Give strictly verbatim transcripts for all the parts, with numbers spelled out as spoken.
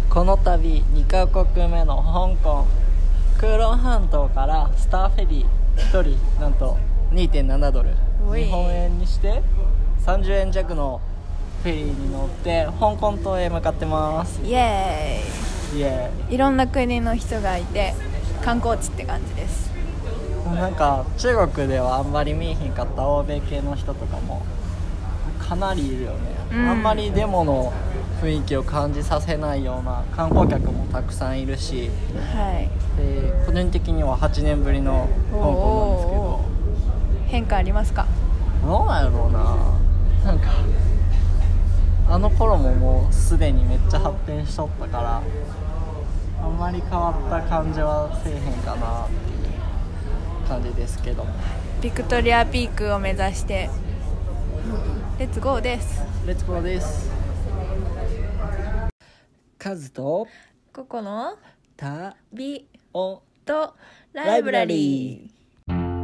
この度にカ国目の香港空論半島からスターフェリーひとりなんと にてんなな ドル日本円にしてさんじゅうえん弱のフェリーに乗って香港島へ向かってます。 イエーイ。 イエーイ。いろんな国の人がいて観光地って感じです。 なんか中国ではあんまり見えへんかった欧米系の人とかもかなりいるよね、うん、あんまりデモの雰囲気を感じさせないような観光客もたくさんいるし、 はい、 で個人的にははちねんぶりの香港なんですけど、 変化ありますか？ どうなんやろうな。なんかあの頃ももうすでにめっちゃ発展しとったからあんまり変わった感じはせえへんかなっていう感じですけども、 ビクトリアピークを目指してレッツゴーです。 レッツゴーです。カズとココの旅をとライブラリー。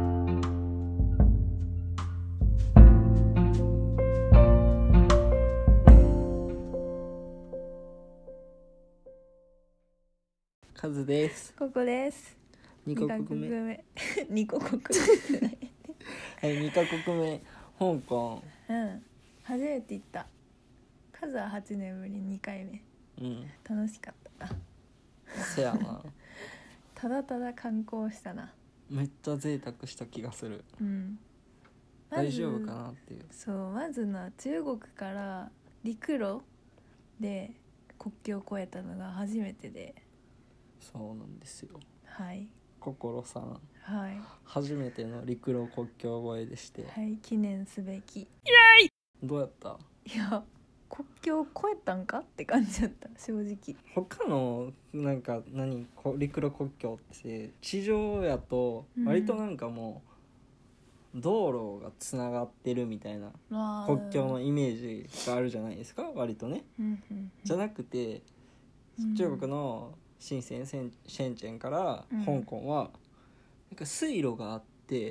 カズです。 ココです。 にカ国目にカ国目はいにカ国目香港。 うん初めて行った。カズははちねんぶりにかいめ、 うん、 楽しかったな。 せやなただただ観光したな。 めっちゃ贅沢した気がする、 うんま、 大丈夫かなっていう。 そうまずな中国から陸路で国境を越えたのが初めてで、 そうなんですよ。 はい心さん、 はい、 初めての陸路国境越えでして、 はい、記念すべき。イエーイ。 どうやった？ いや国境を越えたんかって感じだった正直。 他のなんか何陸路国境って地上やと割となんかもう道路がつながってるみたいな国境のイメージがあるじゃないですか、割とね、 うんうんうん、 じゃなくて中国の深センシェンチェンから香港はなんか水路があって、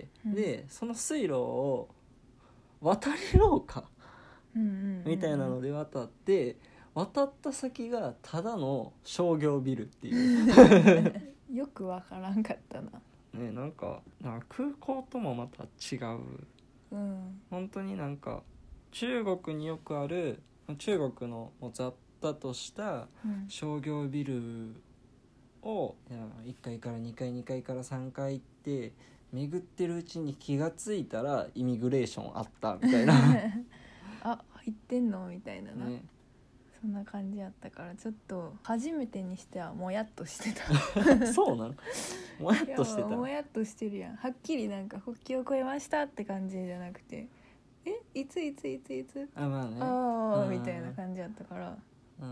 うん、でその水路を渡り廊下みたいなので渡って渡った先がただの商業ビルっていうよくわからんかったな。 ね、なんか、なんか空港ともまた違う、 うん、 本当になんか中国によくある中国のもう雑多とした商業ビルを、うん、いっかいからにかいにかいからさんかい行って巡ってるうちに気がついたらイミグレーションあったみたいなあ入ってんのみたいなな、 ね、 そんな感じやったからちょっと初めてにしてはもやっとしてたそうなの？もやっとしてた？ もやっとしてるやん。はっきりなんか国境を越えましたって感じじゃなくて、えいついついついつあまあねああみたいな感じやったから、 うん、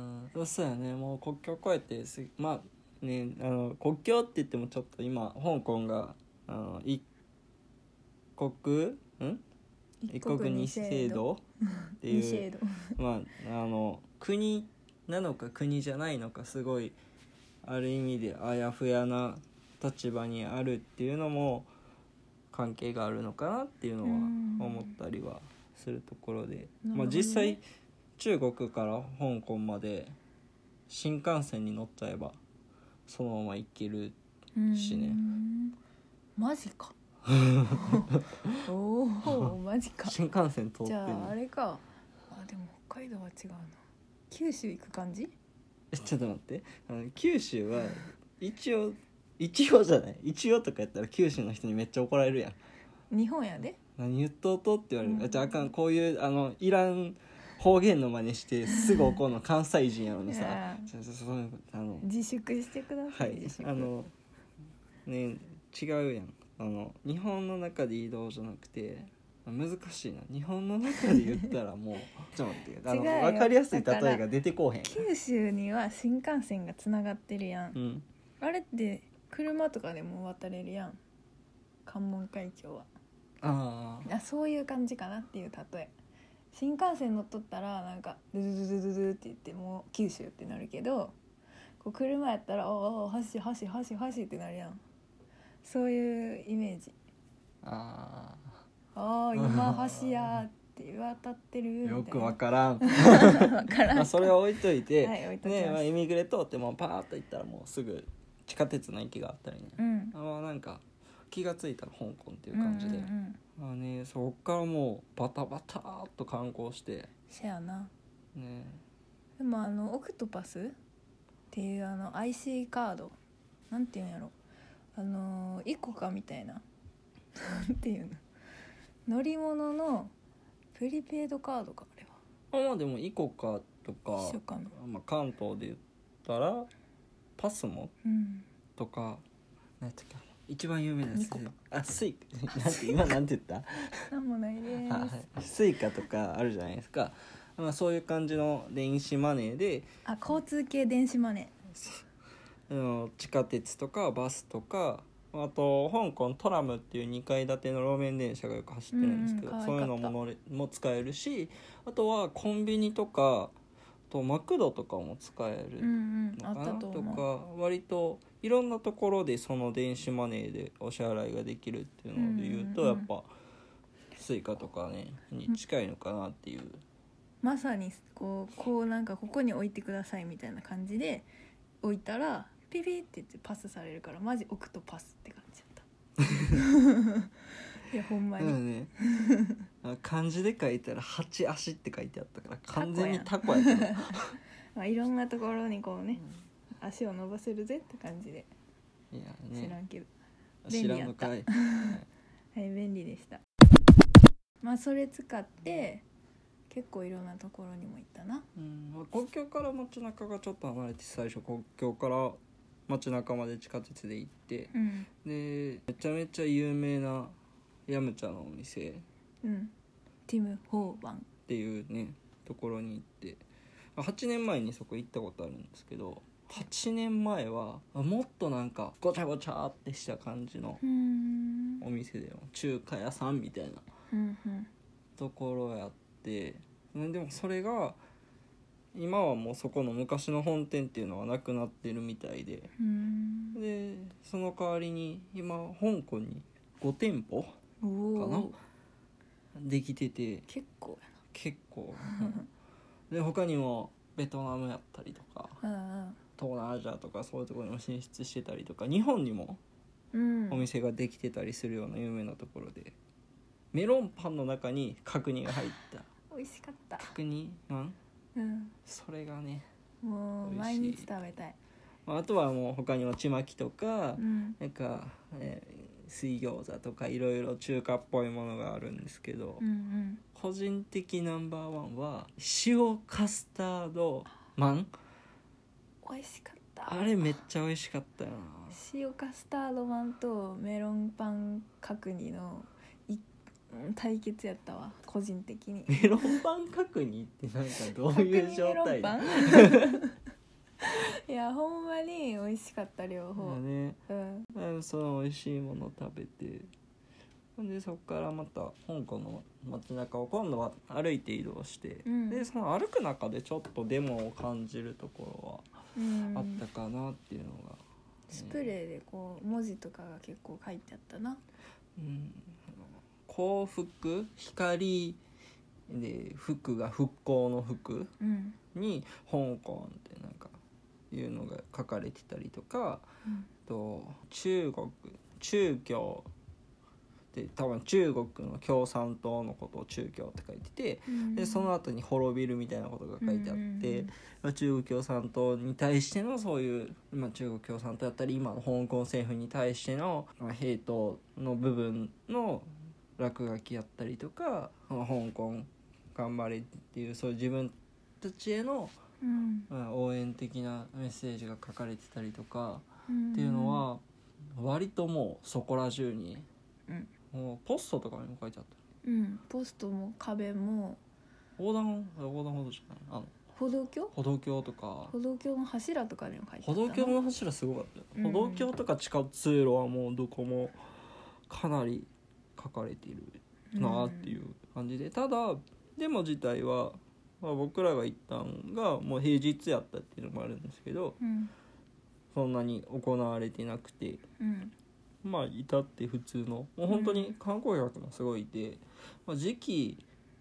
そうやね。もう国境越えてまあね、あの国境って言ってもちょっと今香港があの一国ん一国二制度っていうまああの国なのか国じゃないのかすごいある意味であやふやな立場にあるっていうのも関係があるのかなっていうのは思ったりはするところで、まあ、実際中国から香港まで新幹線に乗っちゃえばそのまま行けるしね。 マジかおおマジか。 新幹線通ってる。 じゃああれか。あでも北海道は違うな。九州行く感じ？ えちょっと待って、あの九州は一応一応じゃない一応とかやったら九州の人にめっちゃ怒られるやん。日本やで。 何言っとうとって言われる、 うん、 じゃああかん、こういうあのいらん方言の真似してすぐ怒るの関西人やのにさちょちょそのあの自粛してください。 はいあのね違うやん。あの日本の中で移動じゃなくて難しいな。日本の中で言ったらもうちょっと待ってあの分かりやすい例えが出てこうへん。 九州には新幹線がつながってるやん、うん、あれって車とかでも渡れるやん関門海峡は。 ああそういう感じかなっていう例え。新幹線乗っとったらなんかドゥドゥドゥドゥドゥって言ってもう九州ってなるけど、こう車やったらおお橋橋橋橋ってなるやん。そういうイメージ。 あああ今橋やっって渡ってるみたいな。 よくわからんわからんまあそれは置いといて、 はい置いときますねまあ、エミグレ通ってもうパーッと行ったらもうすぐ地下鉄の駅があったりね、 うんあまあなんか気がついたら香港っていう感じで、 うんうんうん、 まあね、そっからもうバタバターっと観光してせやな。 ね。 でもあのオクトパスっていうあの アイシー カードなんていうんやろ、あのイコカみたいななんていうの、乗り物のプリペイドカードか、あれはまあまあでもイコカとか一緒かな。 まあ、関東で言ったらパスモうんとか何やったっけ一番有名なやつニコパあスイカなんて今なんて言ったなんもないであす。 スイカとかあるじゃないですか、まあ、そういう感じの電子マネーであ、交通系電子マネあの地下鉄とかバスとかあと香港トラムっていうにかい建ての路面電車がよく走ってるんですけど、 うんうんそういうのも乗れも使えるし、あとはコンビニとかあとマクドとかも使えるー、うんうん、あのかなとったと思う。 か割といろんなところでその電子マネーでお支払いができるっていうので言うと、 うんうんうんやっぱスイカとかねに近いのかなっていう、 まさにこうこうなんかここに置いてくださいみたいな感じで置いたらピピって言ってパスされるから、マジオクトパスって感じだったいやほんまに、 うんねあ漢字で書いたら八足って書いてあったから完全にタコやったねまあいろんなところにこうね、足を伸ばせるぜって感じで、 いやね知らんけど、 知らんのかいはい便利でした。まあそれ使って結構いろんなところにも行ったな。 うんまあ国境から街中がちょっと離れて最初国境から街中まで地下鉄で行ってうんでめちゃめちゃ有名なヤムチャのお店っうんティム・ホーバン、 ていうねところに行ってはちねんまえにそこ行ったことあるんですけど、はちねんまえはもっとなんかごちゃごちゃってした感じのうーんお店で中華屋さんみたいなうんうんところやって、でもそれが今はもうそこの昔の本店っていうのはなくなってるみたいで、 うーんでその代わりに今香港にご店舗おかなおできてて結構結構で他にもベトナムやったりとかやな。 東南アジアとかそういうところにも進出してたりとか日本にもうんお店ができてたりするような有名なところで、メロンパンの中に角煮が入った美味しかった。 角煮なんうんそれがね、 もう美味しい毎日食べたい。 まあ、あとはもう他にもちまきとか、 うんなんか、えー水餃子とかいろいろ中華っぽいものがあるんですけど、 うんうん個人的ナンバーワンは塩カスタードマン、 美味しかった。 あれめっちゃ美味しかったよな。 塩カスタードマンとメロンパン角煮のいうん対決やったわ個人的に。 メロンパン角煮ってなんかどういう状態角煮メロンパンいやほんまに美味しかった両方、 ね、 うんうんその美味しいもの食べて、でそこからまた香港の街中を今度は歩いて移動して、 うんでその歩く中でちょっとデモを感じるとこうんろはあったかなっていうのが、 スプレーでこう文字とかが結構書いてあったな。 うん、幸福光で福が復興の福うんに香港ってなんかいうのが書かれてたりとか、 うんと中国中共で多分中国の共産党のことを中共って書いてて、 うんでその後に滅びるみたいなことが書いてあって、 うんまあ、中国共産党に対してのそういう、まあ、中国共産党やったり今の香港政府に対しての、まあ、ヘイトの部分の落書きやったりとか、まあ、香港頑張れっていうそういう自分たちへの、 うんまあ、応援的なメッセージが書かれてたりとかうんっていうのは割ともうそこら中に、 うんもうポストとかにも書いてあったうんポストも壁も横断横断歩道じゃないあの歩道橋歩道橋とか歩道橋の柱とかにも書いてあった歩な。 道橋の柱すごかったよ、 うん歩道橋とか地下通路はもうどこもかなり書かれているなっていう感じで、ただデモ自体は、まあ、僕らが行ったんがもう平日やったっていうのもあるんですけど、 うんそんなに行われてなくて、 うんまあ至って普通のもう本当に観光客もすごいいて、まあ、時期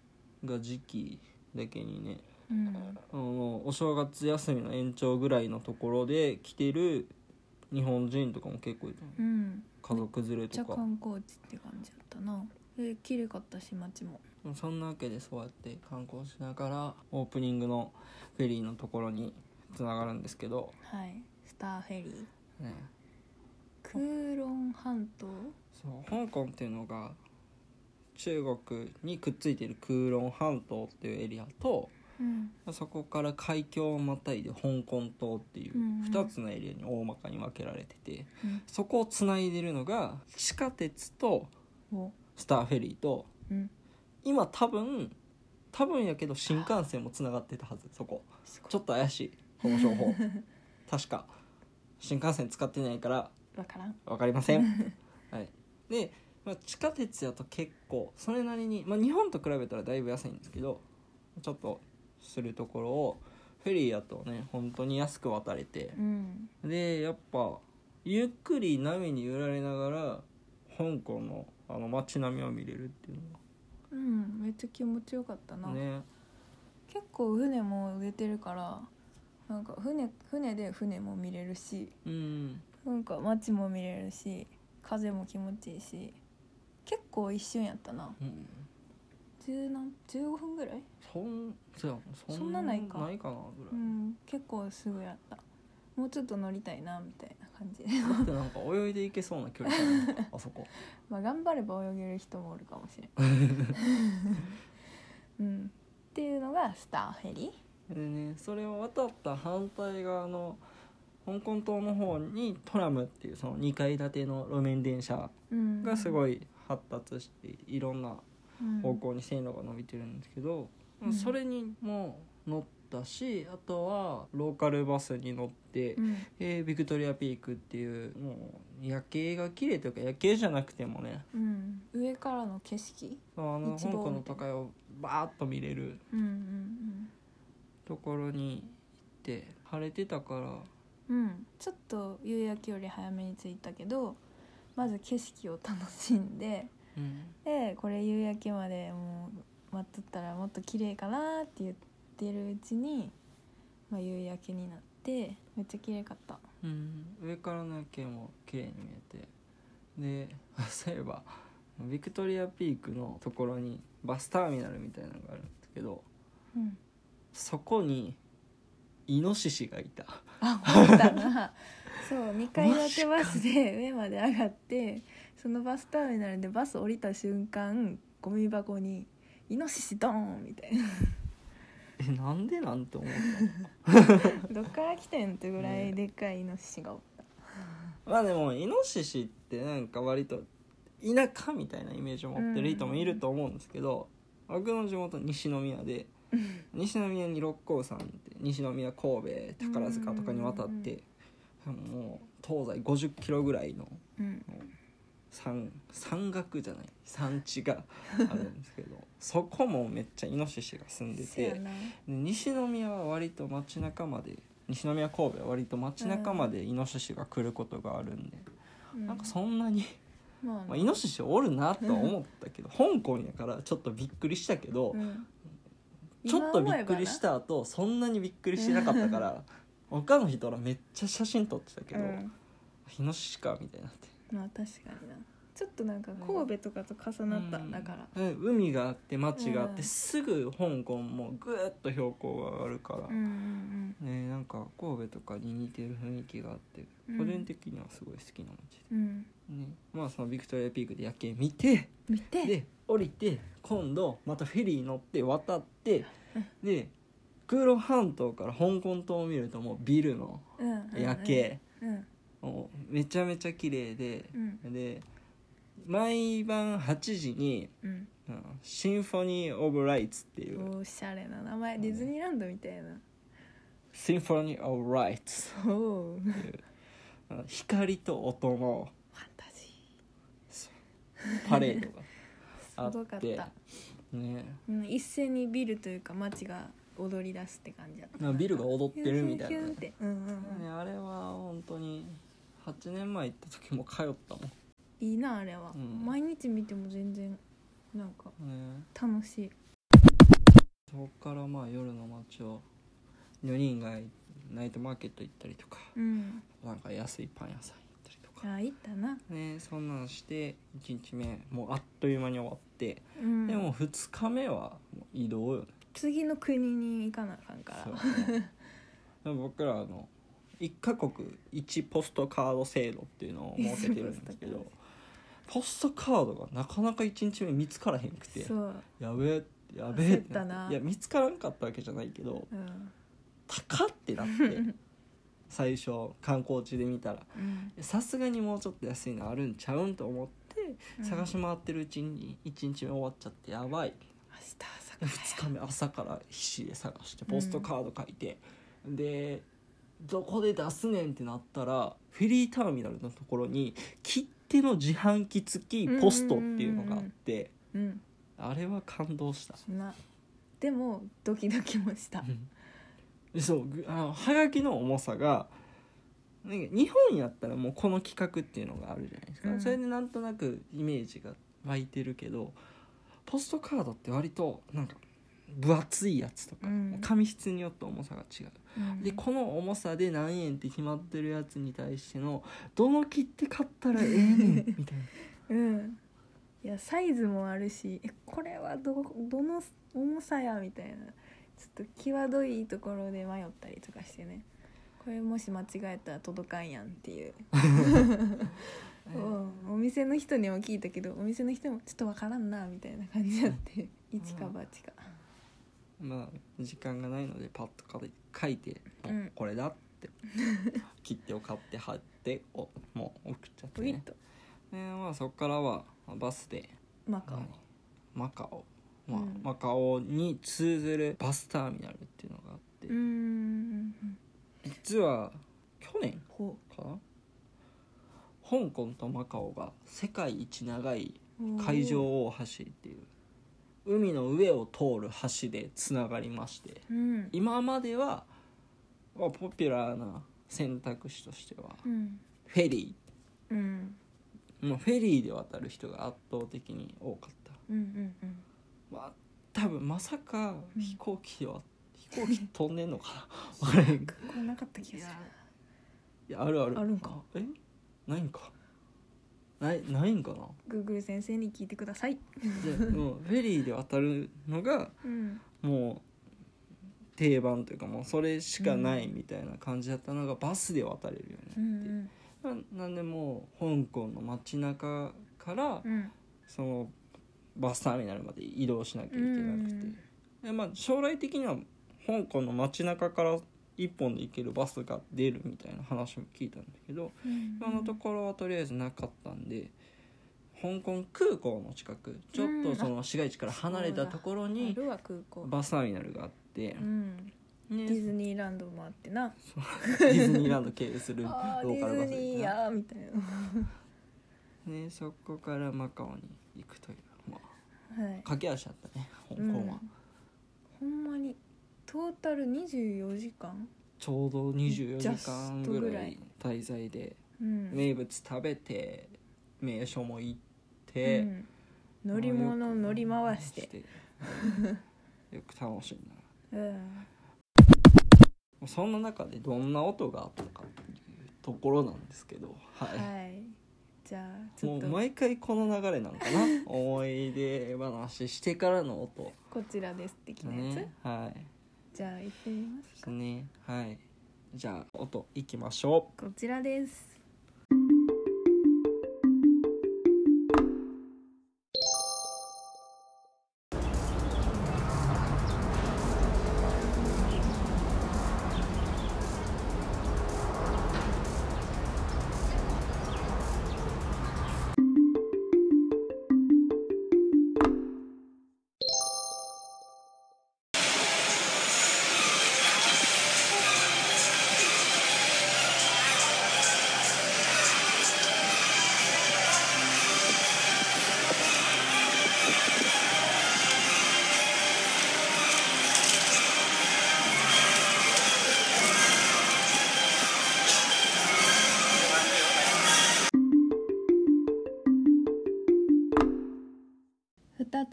が時期だけにね、 うんあのお正月休みの延長ぐらいのところで来てる日本人とかも結構いた、 うん、 家族連れめっちゃとか。 観光地って感じだったな。で綺麗かったし街も。 そんなわけでそうやって観光しながらオープニングのフェリーのところにつながるんですけど、 はいスターフェリーね、 クーロン半島。 そう香港っていうのが中国にくっついているクーロン半島っていうエリアと、 うんそこから海峡をまたいで香港島っていうふたつのエリアに大まかに分けられてて、 うんそこをつないでるのが地下鉄とおスターフェリーと、 うん今多分多分やけど新幹線もつながってたはず。そこちょっと怪しいこの情報確か新幹線使ってないからわからん。 分かりませんはいで、まあ、地下鉄やと結構それなりに、まあ、日本と比べたらだいぶ安いんですけど、ちょっとするところをフェリーやとね本当に安く渡れて、 うんでやっぱゆっくり波に揺られながら香港のあの街並みを見れるっていううんめっちゃ気持ちよかったな、 のがね。 結構船も出てるからなんか船船で船も見れるし、 うんなんか街も見れるし風も気持ちいいし、結構一瞬やったな。 うんじゅう何じゅうごふんぐらい、 そんそやそんなないかないかなぐらい、 うん結構すぐやった。もうちょっと乗りたいなみたいな感じだってなんか泳いでいけそうな距離感なんかあそこまあ頑張れば泳げる人もおるかもしれんうんっていうのがスターフェリー。 でね、それを渡った反対側の香港島の方にトラムっていうそのにかい建ての路面電車がすいごい発達していろんな方向に線路が伸びてるんですけど、 うんそれにも乗ったし、あとはローカルバスに乗って、 うんえービクトリアピークっていうもう夜景が綺麗というか夜景じゃなくてもね、 うん、上からの景色、 あの一望香港の都会をバーッと見れるうんうんところに行って晴れてたから、 うんうんちょっと夕焼けより早めに着いたけどまず景色を楽しんで、 うんでこれ夕焼けまでもう待っとったらもっと綺麗かなって言ってるうちに、まあ、夕焼けになってめっちゃ綺麗かった。 うん、上からの夜景も綺麗に見えて、でそういえばビクトリアピークのところにバスターミナルみたいなのがあるんですけど、 うんそこにイノシシがいた。 あ思ったなそうにかい建てバスで上まで上がってそのバスターミナルでバス降りた瞬間ゴミ箱にイノシシドーンみたいなえなんでなんて思ったどっから来てんってぐらいでっかいイノシシがおった、 まあでもイノシシってなんか割と田舎みたいなイメージを持ってる人もいると思うんですけど、僕の地元西宮で西宮に六甲山って西宮神戸宝塚とかに渡ってもう東西ごじゅっキロぐらいのうん山山岳じゃない山地があるんですけどそこもめっちゃイノシシが住んでて、 せやなで西宮は割と街中まで西宮神戸は割と街中までイノシシが来ることがあるんで、 うんなんかそんなに、 まあまあ、イノシシおるなとは思ったけど香港やからちょっとびっくりしたけど、 うんちょっとびっくりした後そんなにびっくりしてなかったから他の人らめっちゃ写真撮ってたけど、 うんイノシシかみたいになってまあ確かになちょっとなんか神戸とかと重なった、 うんだからうん海があって街があって、 うんすぐ香港もぐーっと標高が上がるから、 うんうんね、なんか神戸とかに似てる雰囲気があって、 うん個人的にはすごい好きな街うんうんで、ね、まあそのビクトリアピークで夜景見て見てで降りて今度またフェリー乗って渡ってうんで空路半島から香港島を見るともうビルのうん夜景、 うんもうめちゃめちゃ綺麗で、 うんで毎晩はちじにうんうんシンフォニー・オブ・ライツっていうおしゃれな名前ディズニーランドみたいなシンフォニー・オブ・ライツおおフっていうあの光と音のァンタジパレードがーあすごかってった、 ね、 うん、一斉にビルというか街が踊り出すって感じだったなんかビルが踊ってるみたいな、ねヒュンヒュンヒュンってうんうんね、あれは本当にはちねんまえ行った時も通ったもん、ね、 うんいいなあれは、 うん毎日見ても全然なんか楽しいそこからまあ夜の街をよにんがナイトマーケット行ったりとか、 うん、 なんか安いパン屋さん行ったりとか、 あ、行ったな、 ね、そんなのしていちにちめもうあっという間に終わって、 うん、 でもふつかめはもう移動よね。 次の国に行かなあかんからそう、僕らあのいっカ国いちポストカード制度っていうのを設けてるんですけどポストカードがなかなかいちにちめ見つからへんくて、 そうやべえやべえっ焦ってたな。 いや見つからんかったわけじゃないけど、 うん、 高ってなって最初観光地で見たらさすがにもうちょっと安いのあるんちゃうんと思って探し回ってるうちにいちにちめ終わっちゃってやばい、 明日朝からふつかめ朝から必死で探してポストカード書いて、うん、でどこで出すねんってなったらフェリーターミナルのところに切手の自販機付きポストっていうのがあって、 うんうんうん、 あれは感動したな。でもドキドキもした、 うん、そうあのはがきの重さがなんか日本やったらもうこの企画っていうのがあるじゃないですか、うん、それでなんとなくイメージが湧いてるけどポストカードって割となんか分厚いやつとか、うん、紙質によって重さが違う、うん、でこの重さで何円って決まってるやつに対してのどの切手買ったらええねんみたいな、 うん、いやサイズもあるしえこれは ど, どの重さやみたいなちょっと際どいところで迷ったりとかしてね、これもし間違えたら届かんやんっていうお, お店の人にも聞いたけどお店の人もちょっとわからんなみたいな感じだって一か八か、 まあ時間がないのでパッと書いて、うん、これだって切手を買って貼っておもう送っちゃってね、でまあ、そこからはバスでマカオマカオ、まあうん、マカオに通ずるバスターミナルっていうのがあって、うーん実は去年かな香港とマカオが世界一長い海上大橋っていう海の上を通る橋でつながりまして、うん、今までは、まあ、ポピュラーな選択肢としては、うん、フェリー、うん、もうフェリーで渡る人が圧倒的に多かった、うんうんうん、まあ多分まさか飛行機では、うん、飛行機飛んでんのかな分からへんかこれなかった気がする。 いやあるあるあるんかえないんかないないんかな Google 先生に聞いてくださいでもうフェリーで渡るのが、うん、もう定番というかもうそれしかないみたいな感じだったのがバスで渡れるようになって、うんうん、な, なんでもう香港の街中から、うん、そのバスターミナルまで移動しなきゃいけなくて、うんでまあ、将来的には香港の街中から一本で行けるバスが出るみたいな話も聞いたんだけど、うん、今のところはとりあえずなかったんで香港空港の近くちょっとその市街地から離れたところにバスターミナルがあって、 うんね、ディズニーランドもあってなディズニーランド経由するローカルバスディズニーやみたいな、ね、そこからマカオに行くという、まあはい、駆け足だったね香港は、うん、 ほんまにトータルにじゅうよじかんちょうどにじゅうよじかんぐらい滞在で、うん、名物食べて名所も行って、うん、 乗り物乗り回してよく楽しんだ、 うん、 そんな中でどんな音があったかというところなんですけど、はい、 はい、じゃあちょっともう毎回この流れなのかな思い出話してからの音こちらです的なやつ、 ね、はい、 じゃあ行ってみますかね、はい、じゃあ音いきましょう。こちらです。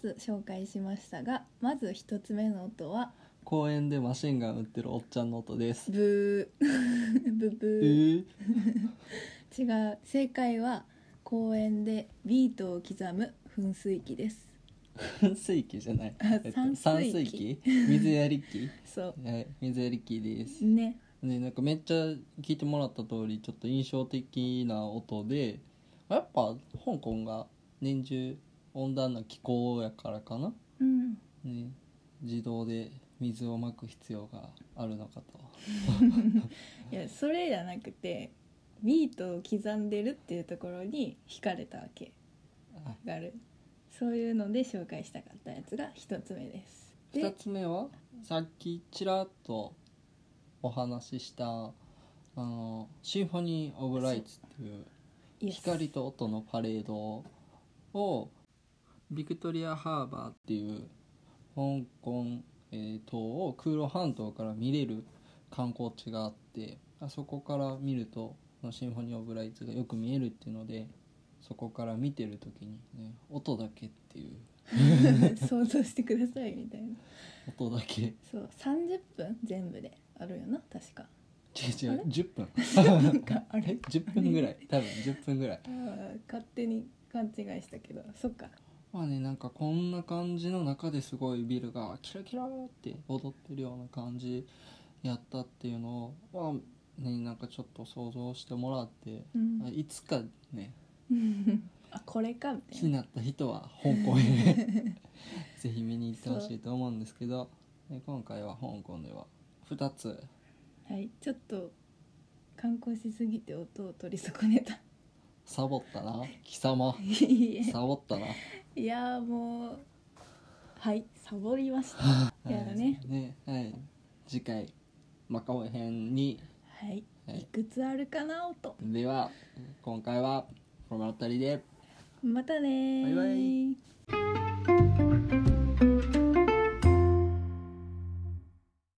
つ紹介しましたが、まずひとつめの音は公園でマシンガン売ってるおっちゃんの音です。 ブーブブえー、 ー、 違う、正解は公園でビートを刻む噴水器です。 噴水器じゃない、 あえっと散散水水器器水やり器そはい水やり器ですうね。 ね。なんかめっちゃ聞いてもらった通りちょっと印象的な音で、やっぱ香港が年中温暖な気候やからかな、 うんね、自動で水をまく必要があるのかと。 いやそれじゃなくて、ビートを刻んでるっていうところに惹かれたわけがある。そういうので紹介したかったやつがひとつめです。でふたつめはさっきちらっとお話ししたあのシンフォニー・オブ・ライツっていうイエス光と音のパレードをビクトリアハーバーっていう香港、えー島を空路半島から見れる観光地があって、あそこから見るとシンフォニー・オブ・ライツがよく見えるっていうので、そこから見てる時に、ね、音だけっていう想像してくださいみたいな。 音だけそうさんじゅっぷん全部であるよな確か。 違う違うあれじゅっぷんなんかあれじゅっぷんぐらい多分じゅっぷんぐらい。 あー勝手に勘違いしたけど、そっか。 まあね、なんかこんな感じの中ですごいビルがキラキラって踊ってるような感じやったっていうのを、まあね、なんかちょっと想像してもらって、 うんいつかねあこれかみたいな。 気になった人は香港へぜひ見に行ってほしいと思うんですけど、ね今回は香港ではふたつはい、ちょっと観光しすぎて音を取り損ねた。 サボったな貴様いやサボったな。 いやもうはいサボりましたやだね。 ね、はい、次回マカオ編に、 はい、 はいいくつあるかな音。 では今回はこの辺りでまたねーバイバイ。